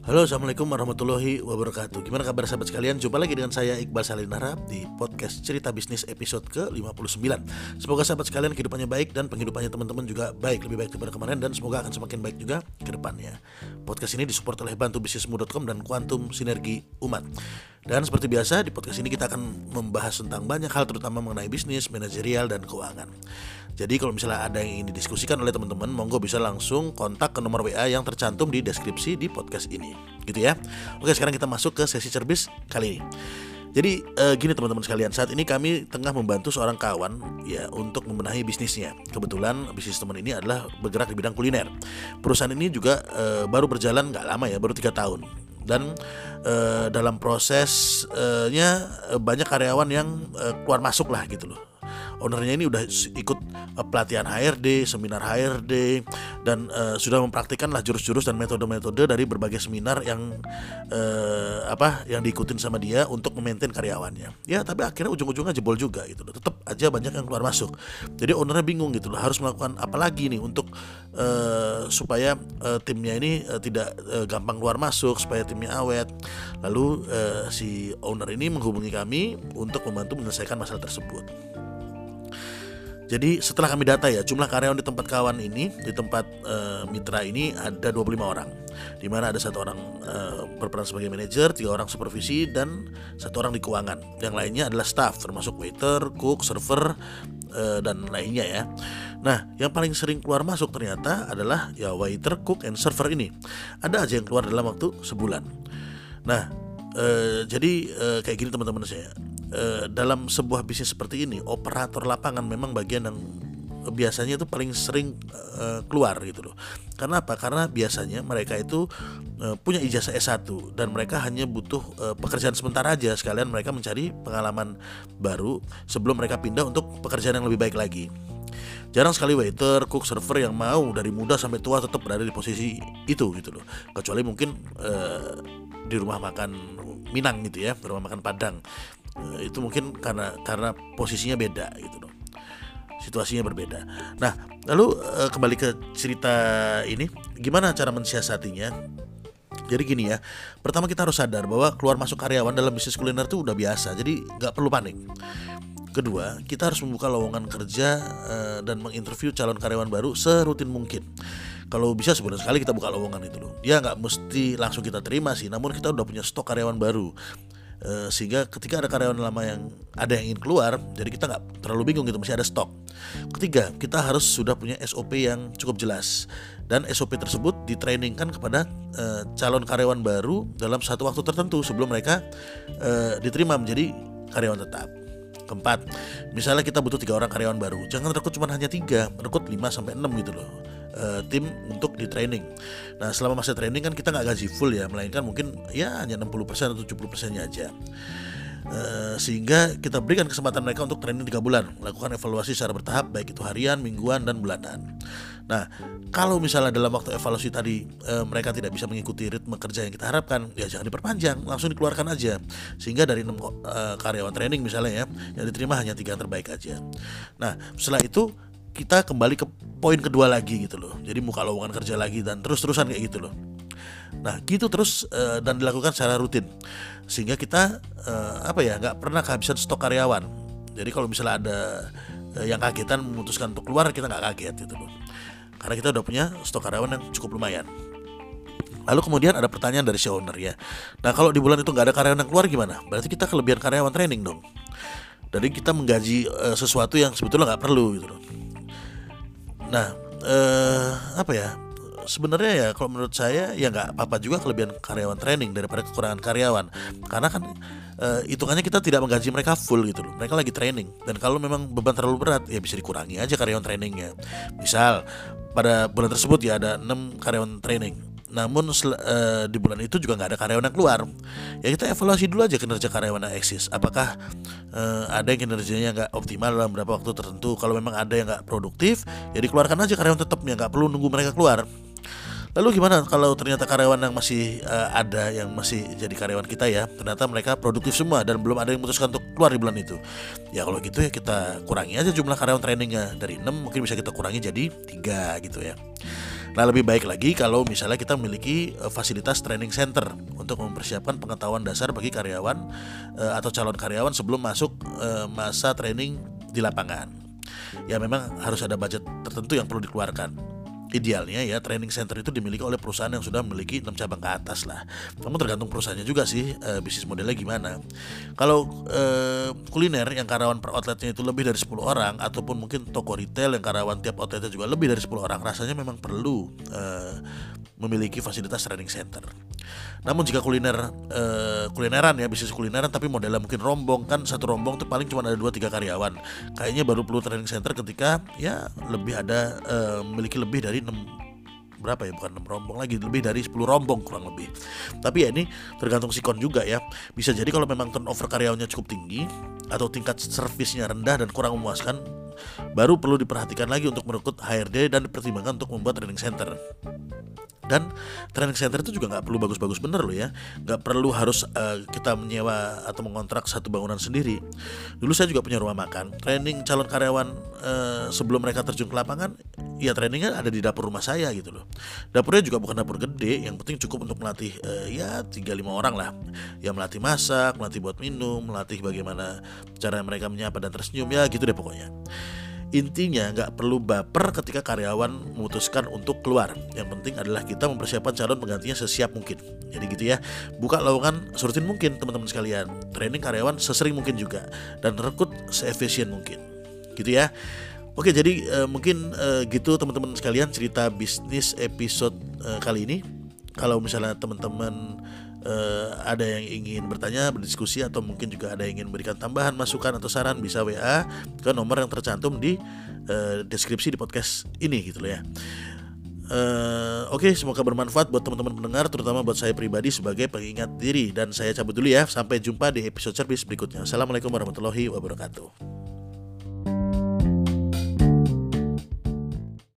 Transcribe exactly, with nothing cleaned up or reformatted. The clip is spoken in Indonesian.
Halo, assalamualaikum warahmatullahi wabarakatuh. Gimana kabar sahabat sekalian? Jumpa lagi dengan saya Iqbal Salin Harahap di podcast Cerita Bisnis episode ke lima puluh sembilan. Semoga sahabat sekalian kehidupannya baik dan penghidupannya teman-teman juga baik, lebih baik daripada kemarin, dan semoga akan semakin baik juga ke depannya. Podcast ini disupport oleh bantu bisnismu dot com dan Kuantum Sinergi Umat. Dan seperti biasa di podcast ini kita akan membahas tentang banyak hal, terutama mengenai bisnis, manajerial, dan keuangan. Jadi kalau misalnya ada yang ingin didiskusikan oleh teman-teman, monggo bisa langsung kontak ke nomor W A yang tercantum di deskripsi di podcast ini, gitu ya. Oke, sekarang kita masuk ke sesi cerbis kali ini. Jadi eh, gini teman-teman sekalian, saat ini kami tengah membantu seorang kawan ya untuk membenahi bisnisnya. Kebetulan bisnis teman ini adalah bergerak di bidang kuliner. Perusahaan ini juga eh, baru berjalan nggak lama ya, baru tiga tahun. Dan eh, dalam prosesnya eh, banyak karyawan yang eh, keluar masuk lah gitu loh. Ownernya ini udah ikut uh, pelatihan H R D, seminar H R D, dan uh, sudah mempraktikkan lah jurus-jurus dan metode-metode dari berbagai seminar yang uh, apa yang diikutin sama dia untuk memaintain karyawannya. Ya, tapi akhirnya ujung-ujungnya jebol juga gitu loh. Tetap aja banyak yang keluar masuk. Jadi ownernya bingung gitu loh, harus melakukan apa lagi nih untuk uh, supaya uh, timnya ini uh, tidak uh, gampang keluar masuk, supaya timnya awet. Lalu uh, si owner ini menghubungi kami untuk membantu menyelesaikan masalah tersebut. Jadi setelah kami data ya, jumlah karyawan di tempat kawan ini, di tempat uh, mitra ini ada dua puluh lima orang. Di mana ada satu orang uh, berperan sebagai manajer, tiga orang supervisi, dan satu orang di keuangan. Yang lainnya adalah staff, termasuk waiter, cook, server, uh, dan lainnya ya. Nah, yang paling sering keluar masuk ternyata adalah ya waiter, cook, and server ini. Ada aja yang keluar dalam waktu sebulan. Nah, uh, jadi uh, kayak gini teman-teman saya. Uh, dalam sebuah bisnis seperti ini, operator lapangan memang bagian yang biasanya itu paling sering uh, keluar gitu loh. Karena apa? Karena biasanya mereka itu uh, punya ijazah S satu dan mereka hanya butuh uh, pekerjaan sebentar aja, sekalian mereka mencari pengalaman baru sebelum mereka pindah untuk pekerjaan yang lebih baik lagi. Jarang sekali waiter, cook, server yang mau dari muda sampai tua tetap berada di posisi itu gitu loh. Kecuali mungkin uh, di rumah makan Minang gitu ya, rumah makan Padang. Uh, itu mungkin karena karena posisinya beda gitu loh. Situasinya berbeda. Nah, lalu uh, kembali ke cerita ini, gimana cara mensiasatinya? Jadi gini ya, pertama kita harus sadar bahwa keluar masuk karyawan dalam bisnis kuliner itu udah biasa, jadi nggak perlu panik. Kedua, kita harus membuka lowongan kerja uh, dan menginterview calon karyawan baru serutin mungkin. Kalau bisa sebulan sekali kita buka lowongan itu loh. Ya nggak mesti langsung kita terima sih, namun kita udah punya stok karyawan baru. Uh, sehingga ketika ada karyawan lama yang ada yang ingin keluar, jadi kita nggak terlalu bingung gitu, masih ada stok. Ketiga, kita harus sudah punya S O P yang cukup jelas, dan S O P tersebut ditrainingkan kepada uh, calon karyawan baru dalam satu waktu tertentu sebelum mereka uh, diterima menjadi karyawan tetap. Keempat, misalnya kita butuh tiga orang karyawan baru, jangan rekrut cuma hanya tiga, rekrut lima sampai enam gitu loh. Uh, tim untuk di training. Nah, selama masa training kan kita nggak gaji full ya, melainkan mungkin ya hanya enam puluh persen atau tujuh puluh persennya aja. Uh, sehingga kita berikan kesempatan mereka untuk training tiga bulan, lakukan evaluasi secara bertahap, baik itu harian, mingguan, dan bulanan. Nah, kalau misalnya dalam waktu evaluasi tadi uh, mereka tidak bisa mengikuti ritme kerja yang kita harapkan, ya jangan diperpanjang, langsung dikeluarkan aja. Sehingga dari enam uh, karyawan training misalnya ya, yang diterima hanya tiga yang terbaik aja. Nah, setelah itu kita kembali ke poin kedua lagi gitu loh. Jadi buka lowongan kerja lagi dan terus-terusan kayak gitu loh. Nah, gitu terus uh, dan dilakukan secara rutin. Sehingga kita uh, apa ya, nggak pernah kehabisan stok karyawan. Jadi kalau misalnya ada uh, yang kagetan memutuskan untuk keluar, kita nggak kaget gitu loh. Karena kita udah punya stok karyawan yang cukup lumayan. Lalu kemudian ada pertanyaan dari si owner ya. Nah, kalau di bulan itu nggak ada karyawan yang keluar gimana? Berarti kita kelebihan karyawan training dong. Jadi kita menggaji uh, sesuatu yang sebetulnya nggak perlu gitu loh. Nah, eh, apa ya? Sebenarnya ya kalau menurut saya ya nggak apa-apa juga kelebihan karyawan training daripada kekurangan karyawan. Karena kan eh, hitungannya kita tidak menggaji mereka full gitu loh. Mereka lagi training. Dan kalau memang beban terlalu berat, ya bisa dikurangi aja karyawan trainingnya. Misal pada bulan tersebut ya ada enam karyawan training, namun sel- uh, di bulan itu juga nggak ada karyawan yang keluar. Ya kita evaluasi dulu aja kinerja karyawan yang eksis. Apakah uh, ada yang kinerjanya nggak optimal dalam beberapa waktu tertentu. Kalau memang ada yang nggak produktif, ya dikeluarkan aja karyawan tetapnya, nggak perlu nunggu mereka keluar. Lalu gimana kalau ternyata karyawan yang masih uh, ada, yang masih jadi karyawan kita ya, ternyata mereka produktif semua dan belum ada yang memutuskan untuk keluar di bulan itu. Ya kalau gitu ya kita kurangi aja jumlah karyawan trainingnya. Dari enam mungkin bisa kita kurangi jadi tiga gitu ya. Nah, lebih baik lagi kalau misalnya kita memiliki uh, fasilitas training center untuk mempersiapkan pengetahuan dasar bagi karyawan uh, atau calon karyawan sebelum masuk uh, masa training di lapangan. Ya memang harus ada budget tertentu yang perlu dikeluarkan. Idealnya ya training center itu dimiliki oleh perusahaan yang sudah memiliki enam cabang ke atas lah. Namun tergantung perusahaannya juga sih, e, bisnis modelnya gimana. Kalau e, kuliner yang karyawan per outletnya itu lebih dari sepuluh orang, ataupun mungkin toko retail yang karyawan tiap outletnya juga lebih dari sepuluh orang, rasanya memang perlu e, memiliki fasilitas training center. Namun jika kuliner e, kulineran ya, bisnis kulineran tapi modelnya mungkin rombong, kan satu rombong tuh paling cuma ada dua tiga karyawan. Kayaknya baru perlu training center ketika ya lebih ada e, memiliki lebih dari enam berapa ya, bukan enam rombong lagi, lebih dari sepuluh rombong kurang lebih. Tapi ya ini tergantung sikon juga ya. Bisa jadi kalau memang turnover karyawannya cukup tinggi atau tingkat servisnya rendah dan kurang memuaskan, baru perlu diperhatikan lagi untuk merekrut H R D dan dipertimbangkan untuk membuat training center. Dan training center itu juga nggak perlu bagus-bagus bener loh ya, nggak perlu harus uh, kita menyewa atau mengontrak satu bangunan sendiri. Dulu saya juga punya rumah makan, training calon karyawan uh, sebelum mereka terjun ke lapangan, ya trainingnya ada di dapur rumah saya gitu loh. Dapurnya juga bukan dapur gede, yang penting cukup untuk melatih uh, ya tiga lima orang lah. Ya melatih masak, melatih buat minum, melatih bagaimana cara mereka menyapa dan tersenyum, ya gitu deh pokoknya. Intinya nggak perlu baper ketika karyawan memutuskan untuk keluar. Yang penting adalah kita mempersiapkan calon penggantinya sesiap mungkin. Jadi gitu ya, buka lowongan serutin mungkin teman-teman sekalian, training karyawan sesering mungkin juga, dan rekrut seefisien mungkin. Gitu ya. Oke, jadi uh, mungkin uh, gitu teman-teman sekalian cerita bisnis episode uh, kali ini. Kalau misalnya teman-teman Uh, ada yang ingin bertanya, berdiskusi, atau mungkin juga ada yang ingin memberikan tambahan, masukan, atau saran, bisa W A ke nomor yang tercantum di uh, deskripsi di podcast ini gitu loh ya. Uh, Oke, okay, semoga bermanfaat buat teman-teman pendengar, terutama buat saya pribadi sebagai pengingat diri. Dan saya cabut dulu ya, sampai jumpa di episode service berikutnya. Assalamualaikum warahmatullahi wabarakatuh.